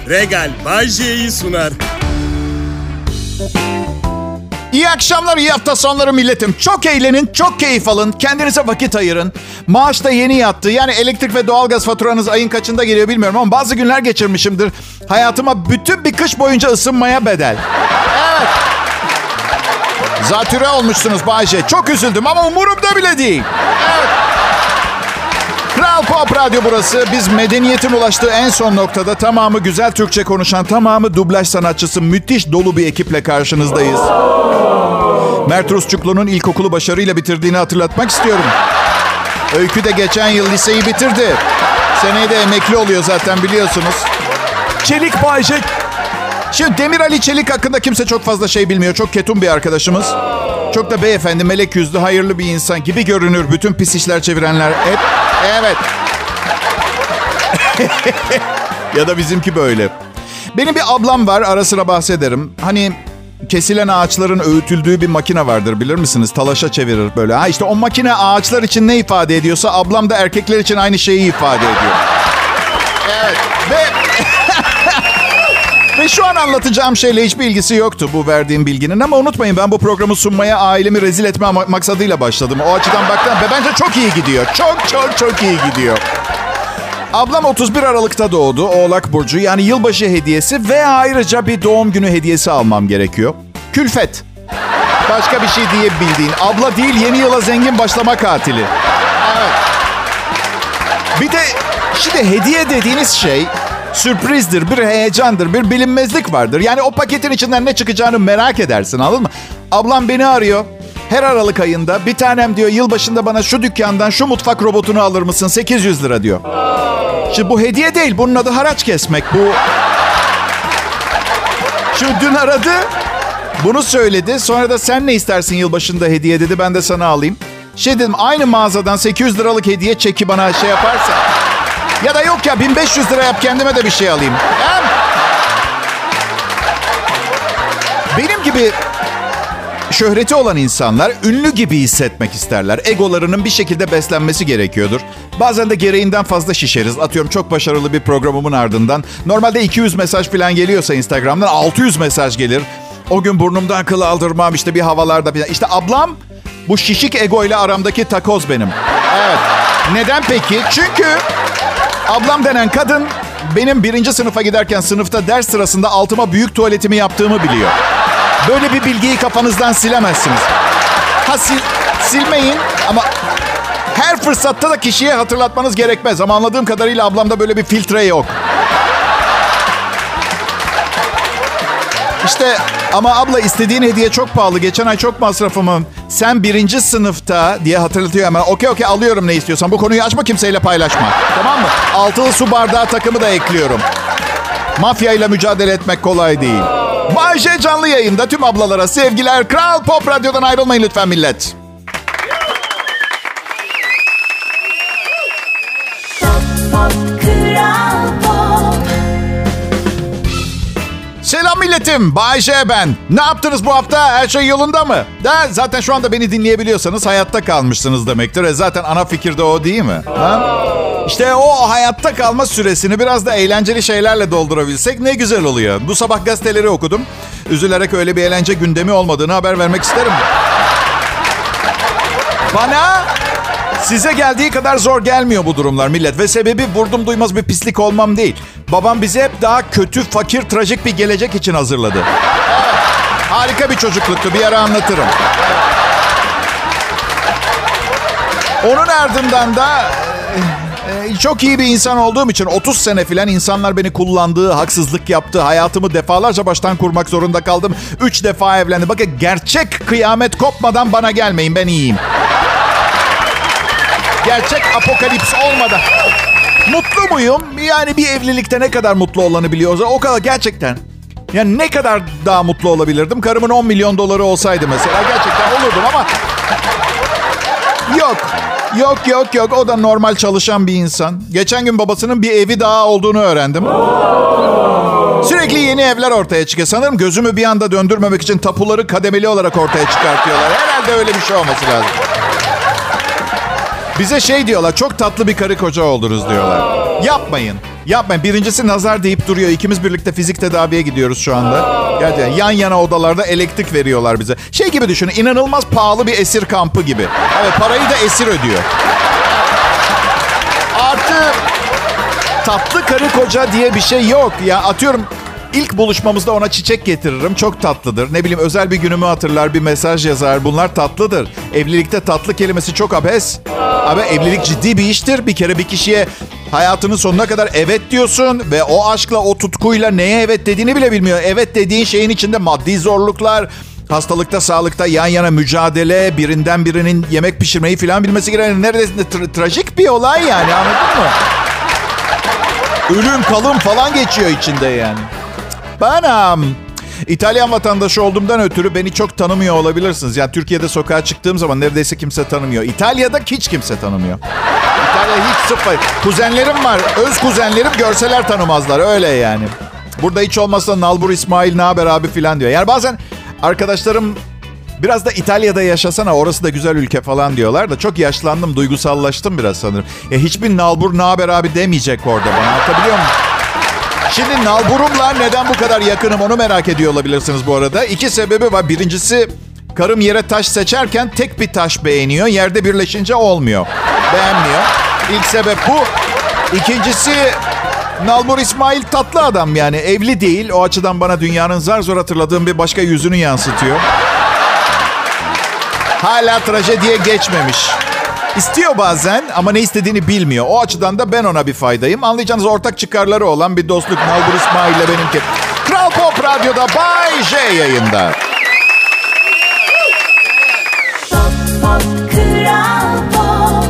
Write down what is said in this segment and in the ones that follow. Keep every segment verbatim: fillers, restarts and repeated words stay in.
Regal Bay J'yi sunar. İyi akşamlar, iyi hafta sonları milletim. Çok eğlenin, çok keyif alın, kendinize vakit ayırın. Maaş da yeni yattı. Yani elektrik ve doğalgaz faturanız ayın kaçında geliyor bilmiyorum ama bazı günler geçirmişimdir. Hayatıma bütün bir kış boyunca ısınmaya bedel. Evet. Zatürre olmuşsunuz Bay J. Çok üzüldüm ama umurumda bile değil. Evet. Kral Pop Radyo burası. Biz medeniyetin ulaştığı en son noktada tamamı güzel Türkçe konuşan, tamamı dublaj sanatçısı, müthiş dolu bir ekiple karşınızdayız. Mert Rusçuklu'nun ilkokulu başarıyla bitirdiğini hatırlatmak istiyorum. Öykü de geçen yıl liseyi bitirdi. Seneye de emekli oluyor zaten biliyorsunuz. Çelik Bay J. Şimdi Demir Ali Çelik hakkında kimse çok fazla şey bilmiyor. Çok ketum bir arkadaşımız. Çok da beyefendi, melek yüzlü, hayırlı bir insan gibi görünür. Bütün pis işler çevirenler hep... Evet. Ya da bizimki böyle. Benim bir ablam var, ara sıra bahsederim. Hani kesilen ağaçların öğütüldüğü bir makine vardır, bilir misiniz? Talaşa çevirir böyle. Ha işte o makine ağaçlar için ne ifade ediyorsa ablam da erkekler için aynı şeyi ifade ediyor. Evet. Ve... Ve şu an anlatacağım şeyle hiçbir ilgisi yoktu bu verdiğim bilginin. Ama unutmayın, ben bu programı sunmaya ailemi rezil etme maksadıyla başladım. O açıdan baktım ve bence çok iyi gidiyor. Çok çok çok iyi gidiyor. Ablam otuz bir Aralık'ta doğdu. Oğlak burcu, yani yılbaşı hediyesi ve ayrıca bir doğum günü hediyesi almam gerekiyor. Külfet. Başka bir şey diyebildiğin. Abla değil, yeni yıla zengin başlama katili. Evet. Bir de şimdi hediye dediğiniz şey... sürprizdir, bir heyecandır, bir bilinmezlik vardır. Yani o paketin içinden ne çıkacağını merak edersin, anladın mı? Ablam beni arıyor. Her Aralık ayında bir tanem diyor, yılbaşında bana şu dükkandan şu mutfak robotunu alır mısın? sekiz yüz lira diyor. Şimdi bu hediye değil, bunun adı haraç kesmek. Bu... Şu dün aradı, bunu söyledi. Sonra da sen ne istersin yılbaşında hediye dedi, ben de sana alayım. Şey dedim, aynı mağazadan sekiz yüz liralık hediye çeki bana şey yaparsa... Ya da yok ya, bin beş yüz lira yap, kendime de bir şey alayım. Hem... Benim gibi şöhreti olan insanlar ünlü gibi hissetmek isterler. Egolarının bir şekilde beslenmesi gerekiyordur. Bazen de gereğinden fazla şişeriz. Atıyorum, çok başarılı bir programımın ardından normalde iki yüz mesaj falan geliyorsa Instagram'dan altı yüz mesaj gelir. O gün burnumdan kıl aldırmam, işte bir havalarda falan. İşte ablam bu şişik ego ile aramdaki takoz benim. Evet. Neden peki? Çünkü... Ablam denen kadın benim birinci sınıfa giderken sınıfta ders sırasında altıma büyük tuvaletimi yaptığımı biliyor. Böyle bir bilgiyi kafanızdan silemezsiniz. Ha sil, silmeyin ama her fırsatta da kişiye hatırlatmanız gerekmez. Ama anladığım kadarıyla ablamda böyle bir filtre yok. İşte ama abla, istediğin hediye çok pahalı. Geçen ay çok masrafımı. Sen birinci sınıfta diye hatırlatıyor hemen. Okey okey alıyorum ne istiyorsan. Bu konuyu açma, kimseyle paylaşma. Tamam mı? Altılı su bardağı takımı da ekliyorum. Mafyayla mücadele etmek kolay değil. Bay J canlı yayında, tüm ablalara sevgiler. Kral Pop Radyo'dan ayrılmayın lütfen millet. Selam milletim, Bay J ben. Ne yaptınız bu hafta? Her şey yolunda mı? Da zaten şu anda beni dinleyebiliyorsanız hayatta kalmışsınız demektir. E zaten ana fikir de o değil mi? Ha? İşte o hayatta kalma süresini biraz da eğlenceli şeylerle doldurabilsek ne güzel oluyor. Bu sabah gazeteleri okudum. Üzülerek öyle bir eğlence gündemi olmadığını haber vermek isterim. Bana size geldiği kadar zor gelmiyor bu durumlar millet. Ve sebebi vurdum duymaz bir pislik olmam değil. Babam bizi hep daha kötü, fakir, trajik bir gelecek için hazırladı. Evet, harika bir çocukluktu. Bir ara anlatırım. Onun ardından da e, çok iyi bir insan olduğum için otuz sene filan insanlar beni kullandığı, haksızlık yaptı. Hayatımı defalarca baştan kurmak zorunda kaldım. Üç defa evlendim. Bakın, gerçek kıyamet kopmadan bana gelmeyin, ben iyiyim. Gerçek apokalips olmadan. Mutlu muyum? Yani bir evlilikte ne kadar mutlu olanı biliyoruz. O kadar gerçekten. Yani ne kadar daha mutlu olabilirdim? Karımın on milyon doları olsaydı mesela. Gerçekten olurdum ama... Yok. Yok yok yok. O da normal çalışan bir insan. Geçen gün babasının bir evi daha olduğunu öğrendim. Sürekli yeni evler ortaya çıkıyor. Sanırım gözümü bir anda döndürmemek için tapuları kademeli olarak ortaya çıkartıyorlar. Herhalde öyle bir şey olması lazım. Bize şey diyorlar, çok tatlı bir karı koca oldunuz diyorlar. Yapmayın. Yapmayın. Birincisi nazar deyip duruyor. İkimiz birlikte fizik tedaviye gidiyoruz şu anda. Gerçekten yan yana odalarda elektrik veriyorlar bize. Şey gibi düşünün, inanılmaz pahalı bir esir kampı gibi. Evet, parayı da esir ödüyor. Artı tatlı karı koca diye bir şey yok. Ya atıyorum ilk buluşmamızda ona çiçek getiririm. Çok tatlıdır. Ne bileyim özel bir günümü hatırlar, bir mesaj yazar. Bunlar tatlıdır. Evlilikte tatlı kelimesi çok abes. Ama evlilik ciddi bir iştir. Bir kere bir kişiye hayatının sonuna kadar evet diyorsun ve o aşkla, o tutkuyla neye evet dediğini bile bilmiyor. Evet dediğin şeyin içinde maddi zorluklar, hastalıkta, sağlıkta yan yana mücadele, birinden birinin yemek pişirmeyi falan bilmesi gereken neredeyse tra- trajik bir olay yani, anladın mı? Ölüm, kalım falan geçiyor içinde yani. Ben um, İtalyan vatandaşı olduğumdan ötürü beni çok tanımıyor olabilirsiniz. Yani Türkiye'de sokağa çıktığım zaman neredeyse kimse tanımıyor. İtalya'da hiç kimse tanımıyor. İtalya hiç sıfır. Kuzenlerim var. Öz kuzenlerim görseler tanımazlar. Öyle yani. Burada hiç olmazsa Nalbur İsmail ne haber abi falan diyor. Yani bazen arkadaşlarım biraz da İtalya'da yaşasana, orası da güzel ülke falan diyorlar da çok yaşlandım, duygusallaştım biraz sanırım. Ya hiçbir Nalbur ne haber abi demeyecek orada bana. Anlatabiliyor muyum? Şimdi Nalbur'umla neden bu kadar yakınım onu merak ediyor olabilirsiniz bu arada. İki sebebi var. Birincisi, karım yere taş seçerken tek bir taş beğeniyor. Yerde birleşince olmuyor. Beğenmiyor. İlk sebep bu. İkincisi, Nalbur İsmail tatlı adam yani. Evli değil. O açıdan bana dünyanın zar zor hatırladığım bir başka yüzünü yansıtıyor. Hala trajediye geçmemiş. İstiyor bazen ama ne istediğini bilmiyor. O açıdan da ben ona bir faydayım. Anlayacağınız ortak çıkarları olan bir dostluk Nalbur İsmail ile benimki. Kral Pop Radyo'da Bay J yayında. Pop, pop, Kral Pop.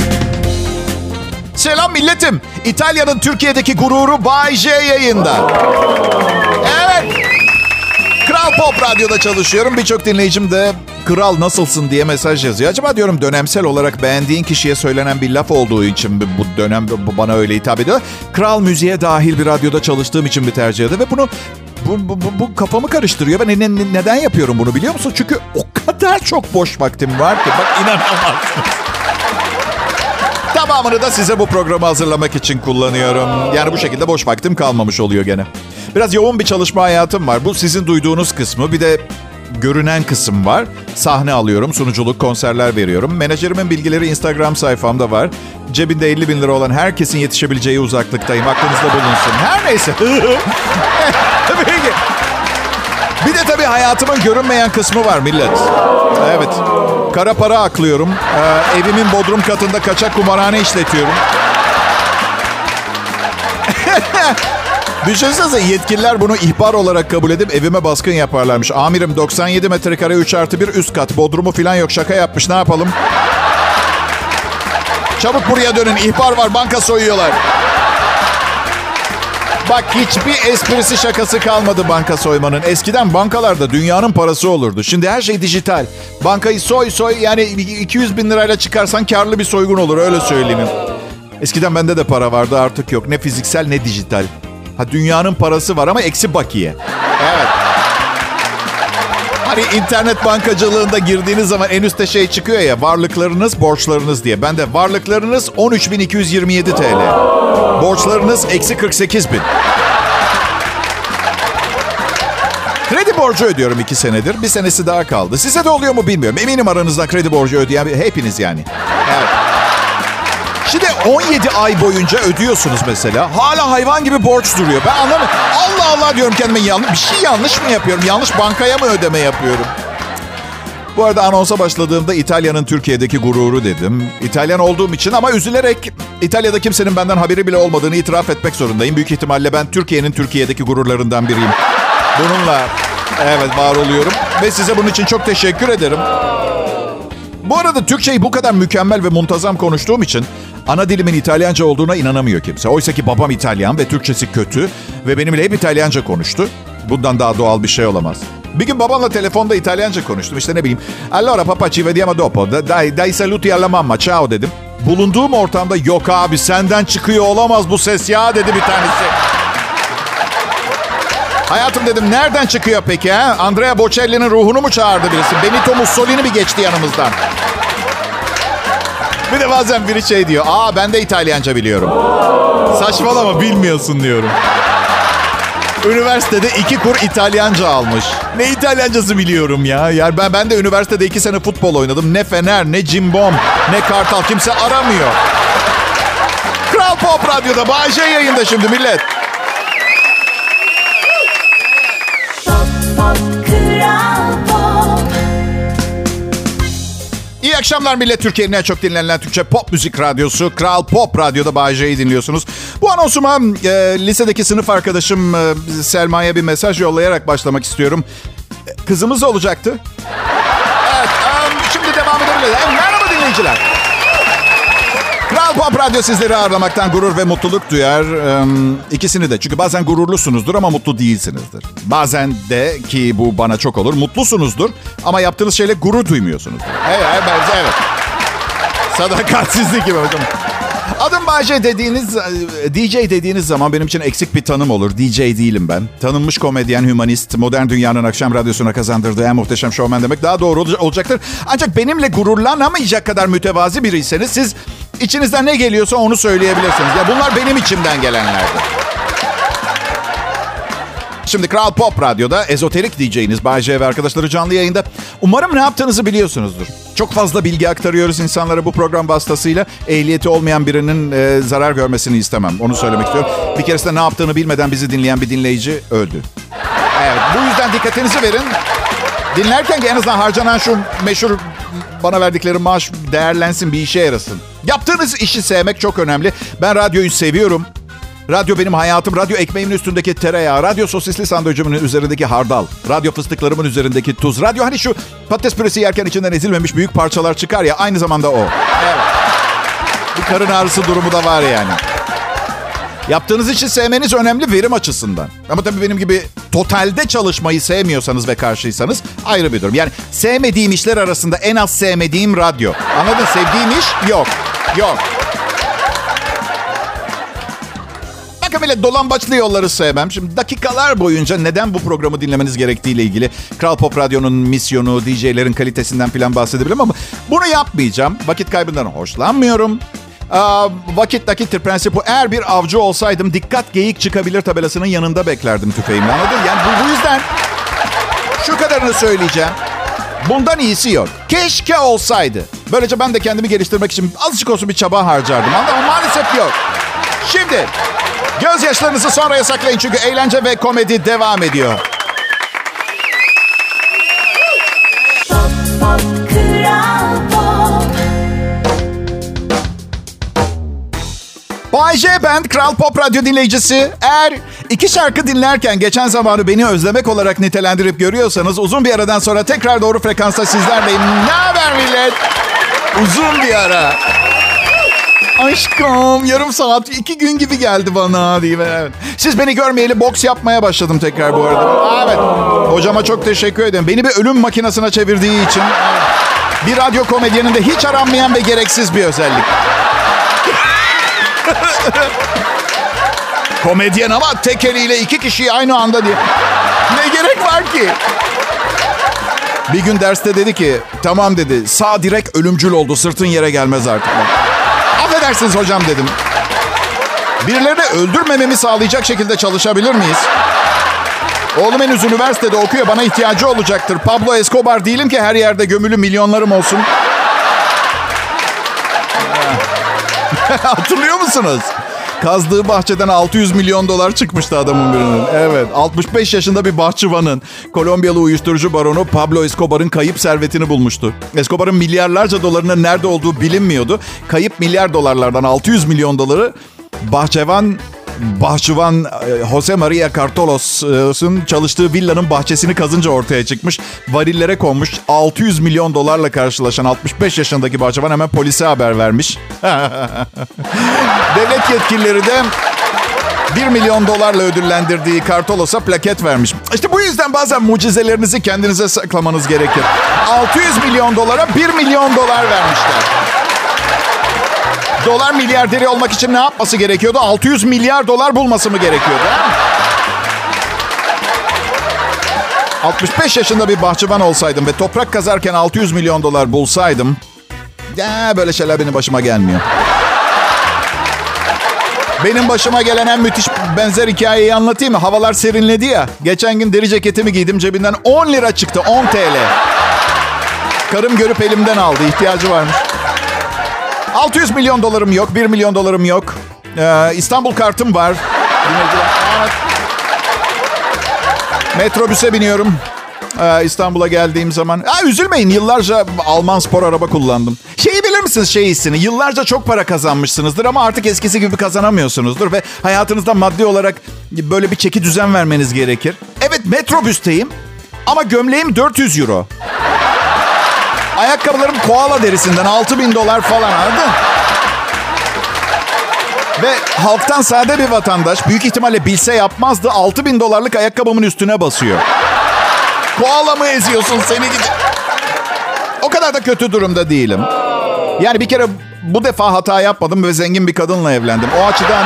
Selam milletim. İtalya'nın Türkiye'deki gururu Bay J yayında. Evet. Kral Pop Radyo'da çalışıyorum. Birçok dinleyicim de kral nasılsın diye mesaj yazıyor. Acaba diyorum dönemsel olarak beğendiğin kişiye söylenen bir laf olduğu için bu dönem bu bana öyle hitap ediyor. Kral müziğe dahil bir radyoda çalıştığım için bir tercih ediyor. Ve bunu bu, bu, bu, bu kafamı karıştırıyor. Ben ne, ne, neden yapıyorum bunu biliyor musun? Çünkü o kadar çok boş vaktim var ki. Bak inanamazsınız. Tamamını da size bu programı hazırlamak için kullanıyorum. Yani bu şekilde boş vaktim kalmamış oluyor gene. Biraz yoğun bir çalışma hayatım var. Bu sizin duyduğunuz kısmı. Bir de görünen kısım var. Sahne alıyorum, sunuculuk, konserler veriyorum. Menajerimin bilgileri Instagram sayfamda var. Cebinde elli bin lira olan herkesin yetişebileceği uzaklıktayım. Aklınızda bulunsun. Her neyse. Bir de tabii hayatımın görünmeyen kısmı var millet. Evet. Kara para aklıyorum. Ee, evimin bodrum katında kaçak kumarhane işletiyorum. Düşünsenize yetkililer bunu ihbar olarak kabul edip evime baskın yaparlarmış. Amirim doksan yedi metrekare üç artı bir üst kat. Bodrumu falan yok, şaka yapmış, ne yapalım? Çabuk buraya dönün, ihbar var, banka soyuyorlar. Bak hiçbir esprisi şakası kalmadı banka soymanın. Eskiden bankalarda dünyanın parası olurdu. Şimdi her şey dijital. Bankayı soy soy yani iki yüz bin lirayla çıkarsan karlı bir soygun olur, öyle söyleyeyim. Eskiden bende de para vardı, artık yok. Ne fiziksel ne dijital. Ha dünyanın parası var ama eksi bakiye. Evet. Hani internet bankacılığında girdiğiniz zaman en üstte şey çıkıyor ya, varlıklarınız, borçlarınız diye. Ben de varlıklarınız on üç bin iki yüz yirmi yedi T L. Borçlarınız eksi kırk sekiz bin. Kredi borcu ödüyorum iki senedir. Bir senesi daha kaldı. Size de oluyor mu bilmiyorum. Eminim aranızdan kredi borcu ödeyen hepiniz yani. Evet. Şimdi on yedi ay boyunca ödüyorsunuz mesela. Hala hayvan gibi borç duruyor. Ben anlamıyorum. Allah Allah diyorum kendime, yanlış bir şey yanlış mı yapıyorum? Yanlış bankaya mı ödeme yapıyorum? Bu arada anonsa başladığımda İtalya'nın Türkiye'deki gururu dedim. İtalyan olduğum için ama üzülerek İtalya'da kimsenin benden haberi bile olmadığını itiraf etmek zorundayım. Büyük ihtimalle ben Türkiye'nin Türkiye'deki gururlarından biriyim. Bununla evet var oluyorum ve size bunun için çok teşekkür ederim. Bu arada Türkçeyi bu kadar mükemmel ve muntazam konuştuğum için ana dilimin İtalyanca olduğuna inanamıyor kimse. Oysa ki babam İtalyan ve Türkçesi kötü ve benimle hep İtalyanca konuştu. Bundan daha doğal bir şey olamaz. Bir gün babamla telefonda İtalyanca konuştum. İşte ne bileyim. Allora papà ci vediamo dopo. Dai, dai saluti alla mamma. Ciao dedim. Bulunduğum ortamda yok abi senden çıkıyor olamaz bu ses ya dedi bir tanesi. Hayatım dedim nereden çıkıyor peki ha? Andrea Bocelli'nin ruhunu mu çağırdı birisi? Benito Mussolini mi geçti yanımızdan? Bir de bazen biri şey diyor. Aa ben de İtalyanca biliyorum. Saçmalama bilmiyorsun diyorum. Üniversitede iki kur İtalyanca almış. Ne İtalyancası biliyorum ya. Yani ben, ben de üniversitede iki sene futbol oynadım. Ne Fener, ne Cimbom, ne Kartal. Kimse aramıyor. Kral Pop Radyo'da Bay J yayında şimdi millet. Pop, pop, Kral Pop. İyi akşamlar millet. Türkiye'nin en çok dinlenilen Türkçe pop müzik radyosu Kral Pop Radyo'da Bay J'yi dinliyorsunuz. Bu anonsuma e, lisedeki sınıf arkadaşım e, Selma'ya bir mesaj yollayarak başlamak istiyorum. E, kızımız olacaktı. Evet, e, şimdi devam edebiliriz. E, merhaba dinleyiciler. Kral Pop Radyo sizleri ağırlamaktan gurur ve mutluluk duyar. Ee, ikisini de. Çünkü bazen gururlusunuzdur ama mutlu değilsinizdir. Bazen de ki bu bana çok olur. Mutlusunuzdur ama yaptığınız şeyle gurur duymuyorsunuzdur. Evet, evet. evet. Sadakatsizlik gibi hocam. Adım Bay J dediğiniz, D J dediğiniz zaman benim için eksik bir tanım olur. D J değilim ben. Tanınmış komedyen, hümanist, modern dünyanın akşam radyosuna kazandırdığı en muhteşem şovmen demek daha doğru olacaktır. Ancak benimle gururlanamayacak kadar mütevazi biriyseniz siz içinizden ne geliyorsa onu söyleyebilirsiniz. Ya bunlar benim içimden gelenlerdir. Şimdi Kral Pop Radyo'da ezoterik D J'iniz Bay J ve arkadaşları canlı yayında. Umarım ne yaptığınızı biliyorsunuzdur. Çok fazla bilgi aktarıyoruz insanlara bu program vasıtasıyla. Ehliyeti olmayan birinin e, zarar görmesini istemem. Onu söylemek istiyorum. Bir keresinde ne yaptığını bilmeden bizi dinleyen bir dinleyici öldü. Evet, bu yüzden dikkatinizi verin. Dinlerken en azından harcanan şu meşhur bana verdikleri maaş değerlensin, bir işe yarasın. Yaptığınız işi sevmek çok önemli. Ben radyoyu seviyorum. Radyo benim hayatım. Radyo ekmeğimin üstündeki tereyağı. Radyo sosisli sandviçimin üzerindeki hardal. Radyo fıstıklarımın üzerindeki tuz. Radyo hani şu patates püresi yerken içinden ezilmemiş büyük parçalar çıkar ya. Aynı zamanda o. Evet. Bir karın ağrısı durumu da var yani. Yaptığınız işi sevmeniz önemli verim açısından. Ama tabii benim gibi totalde çalışmayı sevmiyorsanız ve karşıysanız ayrı bir durum. Yani sevmediğim işler arasında en az sevmediğim radyo. Anladın? Sevdiğim iş yok. Yok. Bakın bile dolambaçlı yolları sevmem. Şimdi dakikalar boyunca neden bu programı dinlemeniz gerektiğiyle ilgili Kral Pop Radyo'nun misyonu, D J'lerin kalitesinden falan bahsedebilirim ama bunu yapmayacağım. Vakit kaybından hoşlanmıyorum. Aa, vakit nakittir prensibi. Eğer bir avcı olsaydım dikkat geyik çıkabilir tabelasının yanında beklerdim tüfeğimle. Anladın? Yani bu, bu yüzden şu kadarını söyleyeceğim. Bundan iyisi yok. Keşke olsaydı. Böylece ben de kendimi geliştirmek için azıcık olsun bir çaba harcardım. Ama maalesef yok. Şimdi gözyaşlarınızı sonraya saklayın çünkü eğlence ve komedi devam ediyor. Pop, pop, Kral Pop. Bay J ben, Kral Pop Radyo dinleyicisi. Eğer iki şarkı dinlerken geçen zamanı beni özlemek olarak nitelendirip görüyorsanız uzun bir aradan sonra tekrar doğru frekansta sizlerleyim. Ne haber millet? Uzun bir ara. Aşkım yarım saat, iki gün gibi geldi bana diye. Evet. Siz beni görmeyeli boks yapmaya başladım tekrar bu arada. Evet. Hocama çok teşekkür ederim. Beni bir ölüm makinesine çevirdiği için. Bir radyo komedyeninde hiç aranmayan ve gereksiz bir özellik. Komedyen ama tek eliyle iki kişiyi aynı anda diye. Ne gerek var ki? Bir gün derste dedi ki, tamam dedi, sağ direk ölümcül oldu, sırtın yere gelmez artık. Affedersiniz hocam dedim. Birilerini öldürmememi sağlayacak şekilde çalışabilir miyiz? Oğlum henüz üniversitede okuyor, bana ihtiyacı olacaktır. Pablo Escobar değilim ki her yerde gömülü milyonlarım olsun. Hatırlıyor musunuz? Kazdığı bahçeden altı yüz milyon dolar çıkmıştı adamın birinin. Evet, altmış beş yaşında bir bahçıvanın Kolombiyalı uyuşturucu baronu Pablo Escobar'ın kayıp servetini bulmuştu. Escobar'ın milyarlarca dolarının nerede olduğu bilinmiyordu. Kayıp milyar dolarlardan altı yüz milyon doları bahçıvan bahçıvan Jose Maria Cartolos'un çalıştığı villanın bahçesini kazınca ortaya çıkmış. Varillere konmuş. altı yüz milyon dolarla karşılaşan altmış beş yaşındaki bahçıvan hemen polise haber vermiş. Devlet yetkilileri de bir milyon dolarla ödüllendirdiği Cartolos'a plaket vermiş. İşte bu yüzden bazen mucizelerinizi kendinize saklamanız gerekir. altı yüz milyon dolara bir milyon dolar vermişler. Dolar milyarderi olmak için ne yapması gerekiyordu? altı yüz milyar dolar bulması mı gerekiyordu? He? altmış beş yaşında bir bahçıvan olsaydım ve toprak kazarken altı yüz milyon dolar bulsaydım... Ya, böyle şeyler benim başıma gelmiyor. Benim başıma gelen en müthiş benzer hikayeyi anlatayım mı? Havalar serinledi ya. Geçen gün deri ceketimi giydim. Cebinden on lira çıktı. on TL. Karım görüp elimden aldı. İhtiyacı varmış. altı yüz milyon dolarım yok. bir milyon dolarım yok. Ee, İstanbul kartım var. Evet. Metrobüse biniyorum. Ee, İstanbul'a geldiğim zaman. Aa, üzülmeyin, yıllarca Alman spor araba kullandım. Şeyi bilir misiniz, şey hissini? Yıllarca çok para kazanmışsınızdır ama artık eskisi gibi kazanamıyorsunuzdur. Ve hayatınızda maddi olarak böyle bir çeki düzen vermeniz gerekir. Evet, metrobüsteyim ama gömleğim dört yüz euro. Ayakkabılarım koala derisinden altı bin dolar falan, anladın? Ve halktan sade bir vatandaş büyük ihtimalle bilse yapmazdı. altı bin dolarlık ayakkabımın üstüne basıyor. Koala mı eziyorsun seni gidi? O kadar da kötü durumda değilim. Yani bir kere bu defa hata yapmadım ve zengin bir kadınla evlendim. O açıdan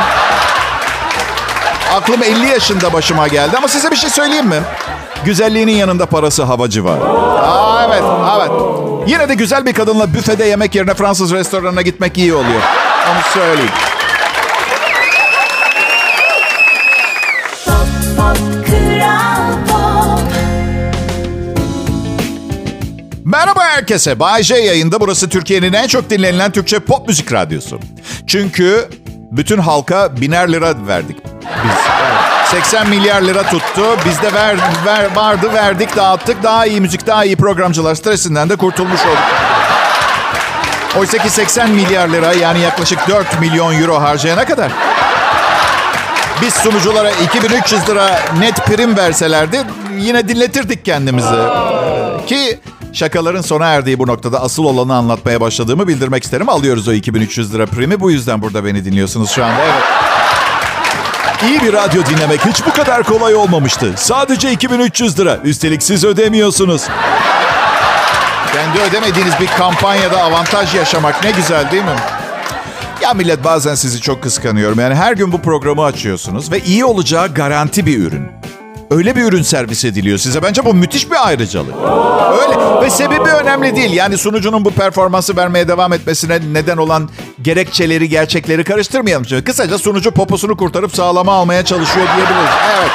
aklım elli yaşında başıma geldi. Ama size bir şey söyleyeyim mi? Güzelliğinin yanında parası havacı var. Aa, evet, evet. Yine de güzel bir kadınla büfede yemek yerine Fransız restoranına gitmek iyi oluyor. Onu söyleyeyim. Pop, pop, Kral Pop. Merhaba herkese. Bay J yayında. Burası Türkiye'nin en çok dinlenilen Türkçe pop müzik radyosu. Çünkü bütün halka biner lira verdik. Biz seksen milyar lira tuttu. Biz de ver, ver, vardı, verdik, dağıttık. Daha iyi müzik, daha iyi programcılar stresinden de kurtulmuş olduk. Oysa ki seksen milyar lira, yani yaklaşık dört milyon euro harcayana kadar biz sunuculara iki bin üç yüz lira net prim verselerdi yine dinletirdik kendimizi. Ki şakaların sona erdiği bu noktada asıl olanı anlatmaya başladığımı bildirmek isterim. Alıyoruz o iki bin üç yüz lira primi. Bu yüzden burada beni dinliyorsunuz şu anda. Evet. İyi bir radyo dinlemek hiç bu kadar kolay olmamıştı. Sadece iki bin üç yüz lira. Üstelik siz ödemiyorsunuz. Kendi ödemediğiniz bir kampanyada avantaj yaşamak ne güzel değil mi? Ya millet, bazen sizi çok kıskanıyorum. Yani her gün bu programı açıyorsunuz ve iyi olacağı garanti bir ürün. Öyle bir ürün servis ediliyor size. Bence bu müthiş bir ayrıcalık. Öyle. Ve sebebi önemli değil. Yani sunucunun bu performansı vermeye devam etmesine neden olan gerekçeleri, gerçekleri karıştırmayalım. Şimdi kısaca sunucu poposunu kurtarıp sağlama almaya çalışıyor diyebiliriz. Evet.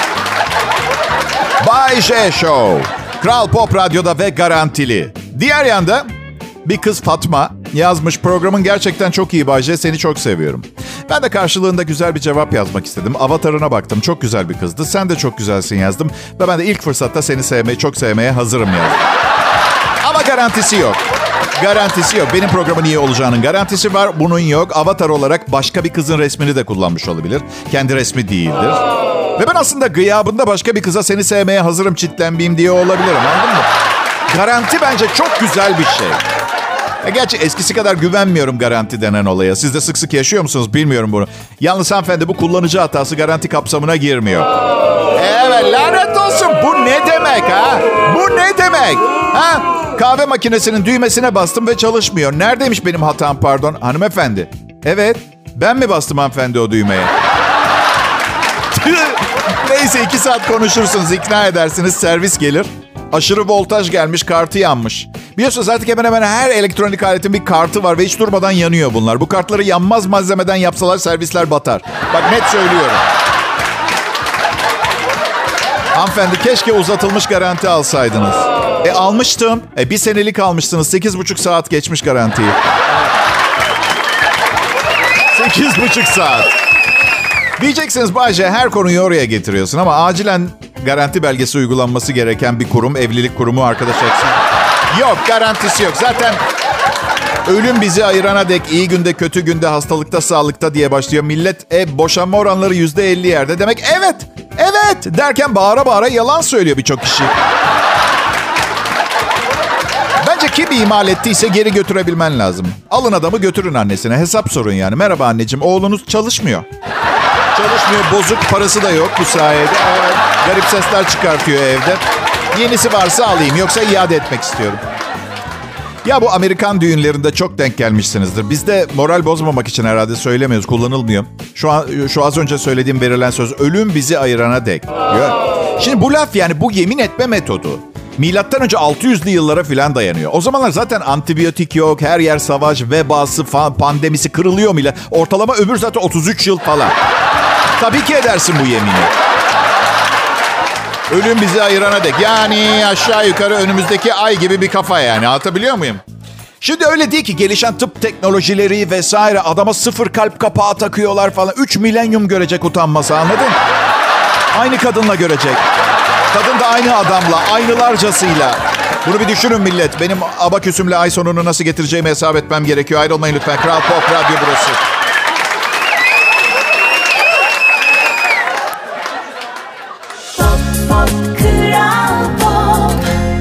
Bay J Show. Kral Pop Radyo'da ve garantili. Diğer yanda bir kız Fatma yazmış. Programın gerçekten çok iyi Bay J. Seni çok seviyorum. Ben de karşılığında güzel bir cevap yazmak istedim. Avatarına baktım. Çok güzel bir kızdı. Sen de çok güzelsin yazdım. Ve ben de ilk fırsatta seni sevmeyi, çok sevmeye hazırım yazdım. Ama garantisi yok. Garantisi yok. Benim programın iyi olacağının garantisi var. Bunun yok. Avatar olarak başka bir kızın resmini de kullanmış olabilir. Kendi resmi değildir. Ve ben aslında gıyabında başka bir kıza seni sevmeye hazırım, çitlenmeyeyim diye olabilirim. Anladın mı? Garanti bence çok güzel bir şey. E gerçi eskisi kadar güvenmiyorum garanti denen olaya. Siz de sık sık yaşıyor musunuz bilmiyorum bunu. Yalnız hanımefendi, bu kullanıcı hatası garanti kapsamına girmiyor. Evet, lanet olsun. Bu ne demek ha? Bu ne demek? Ha? Kahve makinesinin düğmesine bastım ve çalışmıyor. Neredeymiş benim hatam, pardon? Hanımefendi. Evet, ben mi bastım hanımefendi o düğmeye? Neyse, iki saat konuşursunuz, ikna edersiniz, servis gelir. Aşırı voltaj gelmiş, kartı yanmış. Biliyorsunuz artık hemen hemen her elektronik aletin bir kartı var ve hiç durmadan yanıyor bunlar. Bu kartları yanmaz malzemeden yapsalar servisler batar. Bak, net söylüyorum. Hanımefendi, keşke uzatılmış garanti alsaydınız. E almıştım. E bir senelik almıştınız. Sekiz buçuk saat geçmiş garantiyi. Sekiz buçuk saat. Diyeceksiniz Bayce, her konuyu oraya getiriyorsun ama acilen garanti belgesi uygulanması gereken bir kurum, evlilik kurumu arkadaşaksın. Yok, garantisi yok. Zaten ölüm bizi ayırana dek iyi günde, kötü günde, hastalıkta, sağlıkta diye başlıyor. Millet e, boşanma oranları yüzde elli yerde. Demek evet, evet derken bağıra bağıra yalan söylüyor birçok kişi. Bence kim imal ettiyse geri götürebilmen lazım. Alın adamı, götürün annesine. Hesap sorun yani. Merhaba anneciğim, oğlunuz çalışmıyor. Çalışmıyor, bozuk, parası da yok bu sayede. Evet, garip sesler çıkartıyor evde. Yenisi varsa alayım, yoksa iade etmek istiyorum. Ya bu Amerikan düğünlerinde çok denk gelmişsinizdir. Bizde moral bozmamak için herhalde söylemiyoruz, kullanılmıyor. Şu an şu az önce söylediğim verilen söz, ölüm bizi ayırana dek. Şimdi bu laf, yani bu yemin etme metodu Milattan önce altı yüzlü yıllara falan dayanıyor. O zamanlar zaten antibiyotik yok, her yer savaş, vebası, fa- pandemisi kırılıyor millet. Ortalama ömür zaten otuz üç yıl falan. Tabii ki edersin bu yemini. Ölüm bizi ayırana dek. Yani aşağı yukarı önümüzdeki ay gibi bir kafa yani. Anlatabiliyor muyum? Şimdi öyle değil ki, gelişen tıp teknolojileri vesaire, adama sıfır kalp kapağı takıyorlar falan. Üç milenyum görecek utanmasa, anladın? Aynı kadınla görecek. Kadın da aynı adamla, aynılarcasıyla. Bunu bir düşünün millet. Benim abaküsümle ay sonunu nasıl getireceğimi hesap etmem gerekiyor. Ayrılmayın lütfen. Kral Pop Radyo burası. Pop, pop, Kral Pop.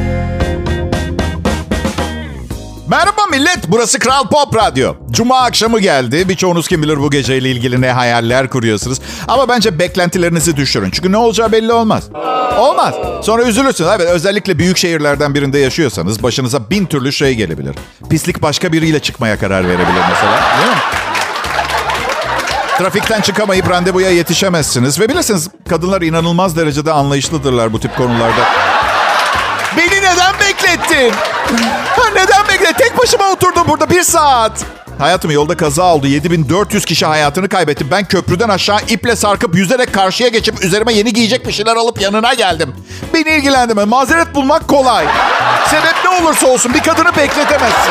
Merhaba millet, burası Kral Pop Radyo. Cuma akşamı geldi. Birçoğunuz kim bilir bu geceyle ilgili ne hayaller kuruyorsunuz. Ama bence beklentilerinizi düşürün. Çünkü ne olacağı belli olmaz. Olmaz. Sonra üzülürsünüz. Evet, özellikle büyük şehirlerden birinde yaşıyorsanız başınıza bin türlü şey gelebilir. Pislik başka biriyle çıkmaya karar verebilir mesela. Değil mi? Trafikten çıkamayıp randevuya yetişemezsiniz. Ve bilirsiniz, kadınlar inanılmaz derecede anlayışlıdırlar bu tip konularda. Beni neden beklettin? Ha, neden beklettin? Tek başıma oturdum burada bir saat. Hayatım, yolda kaza oldu. yedi bin dört yüz kişi hayatını kaybetti. Ben köprüden aşağı iple sarkıp yüzerek karşıya geçip üzerime yeni giyecek bir şeyler alıp yanına geldim. Beni ilgilendirme. Mazeret bulmak kolay. Sebep ne olursa olsun bir kadını bekletemezsin.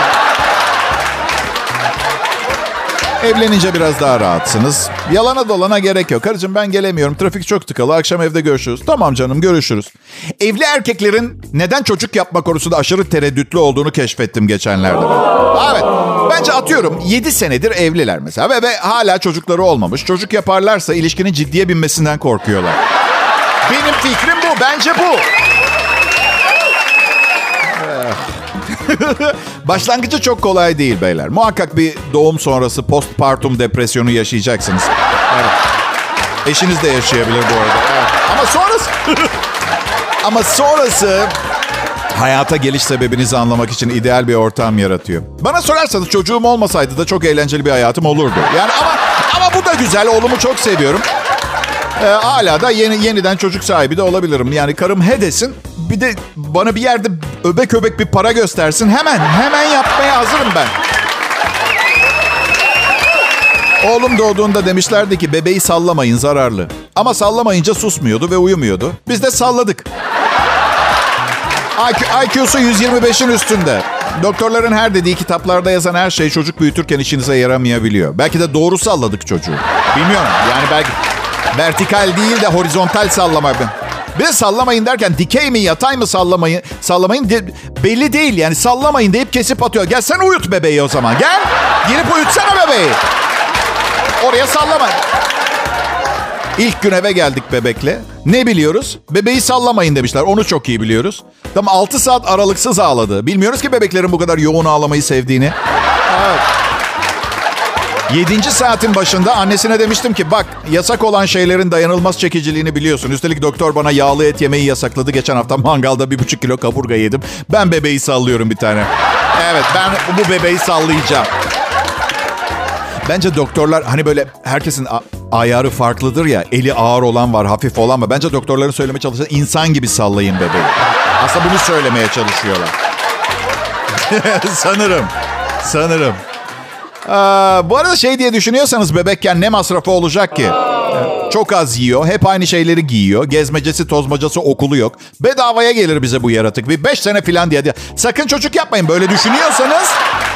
Evlenince biraz daha rahatsınız. Yalana dolana gerek yok. Karıcığım ben gelemiyorum. Trafik çok tıkalı. Akşam evde görüşürüz. Tamam canım, görüşürüz. Evli erkeklerin neden çocuk yapma konusunda aşırı tereddütlü olduğunu keşfettim geçenlerde. Ben. Evet. Bence atıyorum yedi senedir evliler mesela ve, ve hala çocukları olmamış. Çocuk yaparlarsa ilişkinin ciddiye binmesinden korkuyorlar. Benim fikrim bu. Bence bu. Başlangıcı çok kolay değil beyler. Muhakkak bir doğum sonrası postpartum depresyonu yaşayacaksınız. Evet. Eşiniz de yaşayabilir bu arada. Evet. Ama sonrası... Ama sonrası... hayata geliş sebebinizi anlamak için ideal bir ortam yaratıyor. Bana sorarsanız çocuğum olmasaydı da çok eğlenceli bir hayatım olurdu. Yani ama ama bu da güzel. Oğlumu çok seviyorum. Ee, hala da yeni yeniden çocuk sahibi de olabilirim. Yani karım he desin. Bir de bana bir yerde öbek öbek bir para göstersin. Hemen, hemen yapmaya hazırım ben. Oğlum doğduğunda demişlerdi ki bebeği sallamayın, zararlı. Ama sallamayınca susmuyordu ve uyumuyordu. Biz de salladık. I Q'su yüz yirmi beşin üstünde. Doktorların her dediği, kitaplarda yazan her şey çocuk büyütürken işinize yaramayabiliyor. Belki de doğru salladık çocuğu. Bilmiyorum. Yani belki vertikal değil de horizontal sallamak. Bir de sallamayın derken dikey mi yatay mı sallamayın? Sallamayın de, belli değil yani, sallamayın deyip kesip atıyor. Gel sen uyut bebeği o zaman. Gel girip uyutsana bebeği. Oraya sallamayın. İlk gün eve geldik bebekle. Ne biliyoruz? Bebeği sallamayın demişler. Onu çok iyi biliyoruz. Tam altı saat aralıksız ağladı. Bilmiyoruz ki bebeklerin bu kadar yoğun ağlamayı sevdiğini. Evet. Yedinci saatin başında annesine demiştim ki bak, yasak olan şeylerin dayanılmaz çekiciliğini biliyorsun. Üstelik doktor bana yağlı et yemeyi yasakladı. Geçen hafta mangalda bir buçuk kilo kaburga yedim. Ben bebeği sallıyorum bir tane. Evet, ben bu bebeği sallayacağım. Bence doktorlar hani böyle herkesin a- ayarı farklıdır ya. Eli ağır olan var, hafif olan var. Bence doktorların söylemeye çalışan insan gibi sallayın bebeği. Aslında bunu söylemeye çalışıyorlar. Sanırım. Sanırım. Aa, bu arada şey diye düşünüyorsanız bebekken ne masrafı olacak ki? Çok az yiyor. Hep aynı şeyleri giyiyor. Gezmecesi, tozmacası, okulu yok. Bedavaya gelir bize bu yaratık. Bir beş sene falan diye. Sakın çocuk yapmayın. Böyle düşünüyorsanız...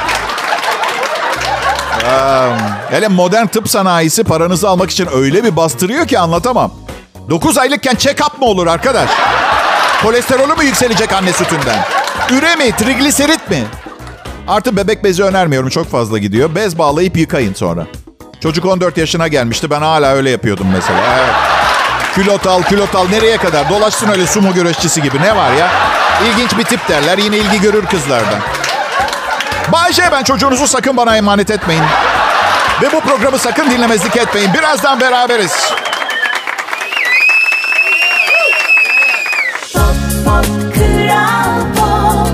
Hele modern tıp sanayisi paranızı almak için öyle bir bastırıyor ki anlatamam. dokuz aylıkken check-up mı olur arkadaş? Kolesterolü mü yükselecek anne sütünden? Üre mi? Trigliserit mi? Artık bebek bezi önermiyorum. Çok fazla gidiyor. Bez bağlayıp yıkayın sonra. Çocuk on dört yaşına gelmişti. Ben hala öyle yapıyordum mesela. Evet. Külot al, külot al. Nereye kadar? Dolaşsın öyle sumo güreşçisi gibi. Ne var ya? İlginç bir tip derler. Yine ilgi görür kızlardan. Bay J, ben çocuğunuzu sakın bana emanet etmeyin. Ve bu programı sakın dinlemezlik etmeyin. Birazdan beraberiz. Pop, pop, Kral Pop.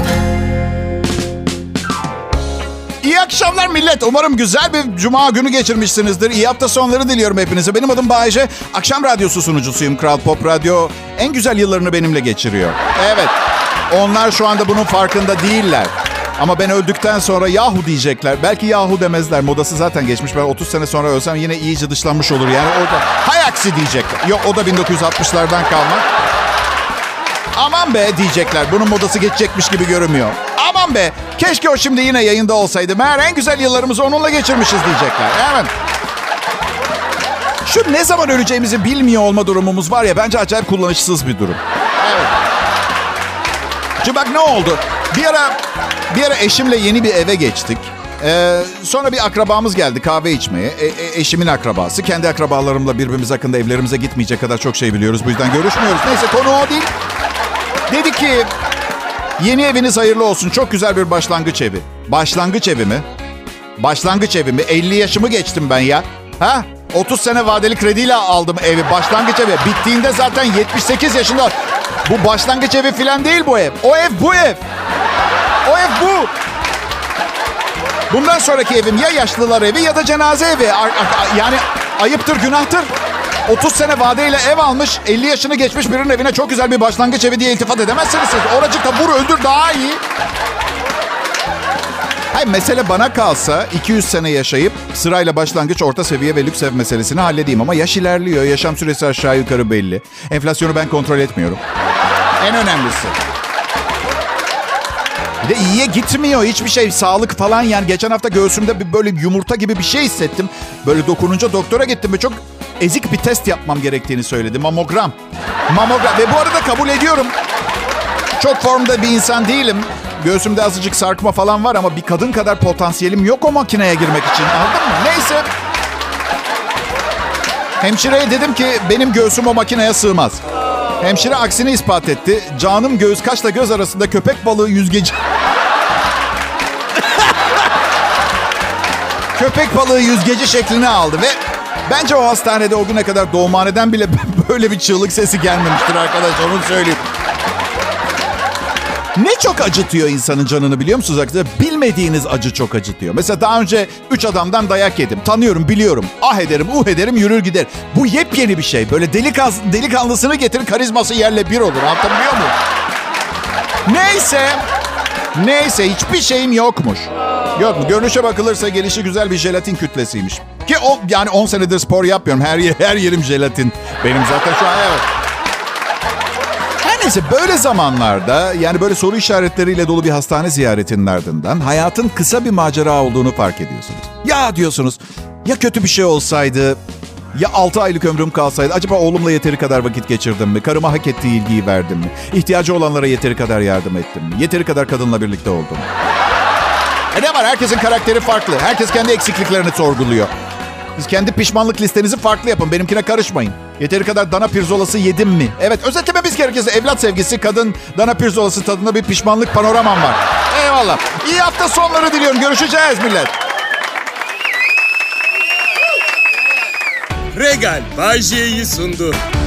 İyi akşamlar millet. Umarım güzel bir cuma günü geçirmişsinizdir. İyi hafta sonları diliyorum hepinize. Benim adım Bay J. Akşam radyosu sunucusuyum. Kral Pop Radyo en güzel yıllarını benimle geçiriyor. Evet. Onlar şu anda bunun farkında değiller. Ama ben öldükten sonra yahu diyecekler. Belki yahu demezler. Modası zaten geçmiş. Ben otuz sene sonra ölsem yine iyice dışlanmış olur. Yani orada hay aksi diyecekler. Yok, o da bin dokuz yüz altmışlardan kalma. Aman be diyecekler. Bunun modası geçecekmiş gibi görünmüyor. Aman be, keşke o şimdi yine yayında olsaydı. Meğer en güzel yıllarımızı onunla geçirmişiz diyecekler. Evet. Şu ne zaman öleceğimizi bilmiyor olma durumumuz var ya, bence acayip kullanışsız bir durum. Evet. Şimdi bak ne oldu? Bir ara bir ara eşimle yeni bir eve geçtik. Ee, sonra bir akrabamız geldi kahve içmeye. E, e, eşimin akrabası. Kendi akrabalarımla birbirimiz hakkında evlerimize gitmeyecek kadar çok şey biliyoruz. Bu yüzden görüşmüyoruz. Neyse, konu o değil. Dedi ki yeni eviniz hayırlı olsun. Çok güzel bir başlangıç evi. Başlangıç evi mi? Başlangıç evi mi? elli yaşımı geçtim ben ya. Ha? otuz sene vadeli krediyle aldım evi. Başlangıç evi. Bittiğinde zaten yetmiş sekiz yaşında. Bu başlangıç evi falan değil bu ev. O ev bu ev. O ev bu. Bundan sonraki evim ya yaşlılar evi ya da cenaze evi. Yani ayıptır, günahtır. otuz sene vadeyle ev almış, elli yaşını geçmiş birinin evine çok güzel bir başlangıç evi diye iltifat edemezsiniz siz. Oracıkta vur öldür daha iyi. Hayır, mesele bana kalsa iki yüz sene yaşayıp sırayla başlangıç, orta seviye ve lüks ev meselesini halledeyim. Ama yaş ilerliyor, yaşam süresi aşağı yukarı belli. Enflasyonu ben kontrol etmiyorum. En önemlisi. Bir de iyiye gitmiyor hiçbir şey. Sağlık falan yani. Geçen hafta göğsümde bir böyle yumurta gibi bir şey hissettim. Böyle dokununca doktora gittim ve çok ezik bir test yapmam gerektiğini söyledi. Mamogram. Mamogram. Ve bu arada kabul ediyorum. Çok formda bir insan değilim. Göğsümde azıcık sarkma falan var ama bir kadın kadar potansiyelim yok o makineye girmek için. Anladın mı? Neyse. Hemşireye dedim ki benim göğsüm o makineye sığmaz. Hemşire aksini ispat etti. Canım göğüs kaşla göz arasında köpek balığı yüzgeci. Köpek balığı yüzgeci şeklini aldı ve bence o hastanede o güne kadar doğumhaneden bile böyle bir çığlık sesi gelmemiştir arkadaş, onu söyleyeyim. Ne çok acıtıyor insanın canını biliyor musunuz arkadaşlar? Bilmediğiniz acı çok acıtıyor. Mesela daha önce üç adamdan dayak yedim. Tanıyorum, biliyorum. Ah ederim, uh ederim, yürür gider. Bu yepyeni bir şey. Böyle delikaz, delikanlısını getir, karizması yerle bir olur. Anlatabiliyor muyum? Neyse. Neyse, hiçbir şeyim yokmuş. Yok mu? Görünüşe bakılırsa gelişi güzel bir jelatin kütlesiymiş. Ki o yani on senedir spor yapmıyorum. Her, yer, her yerim jelatin. Benim zaten şu an evet. Neyse, böyle zamanlarda yani böyle soru işaretleriyle dolu bir hastane ziyaretinin ardından hayatın kısa bir macera olduğunu fark ediyorsunuz. Ya diyorsunuz, ya kötü bir şey olsaydı, ya altı aylık ömrüm kalsaydı, acaba oğlumla yeteri kadar vakit geçirdim mi? Karıma hak ettiği ilgiyi verdim mi? İhtiyacı olanlara yeteri kadar yardım ettim mi? Yeteri kadar kadınla birlikte oldum mu? E ne var? Herkesin karakteri farklı. Herkes kendi eksikliklerini sorguluyor. Siz kendi pişmanlık listenizi farklı yapın. Benimkine karışmayın. Yeteri kadar dana pirzolası yedim mi? Evet, özetlememiz gerekirse evlat sevgisi, kadın, dana pirzolası tadında bir pişmanlık panoramam var. Eyvallah. İyi hafta sonları diliyorum. Görüşeceğiz millet. Regal Bay J'yi sundu.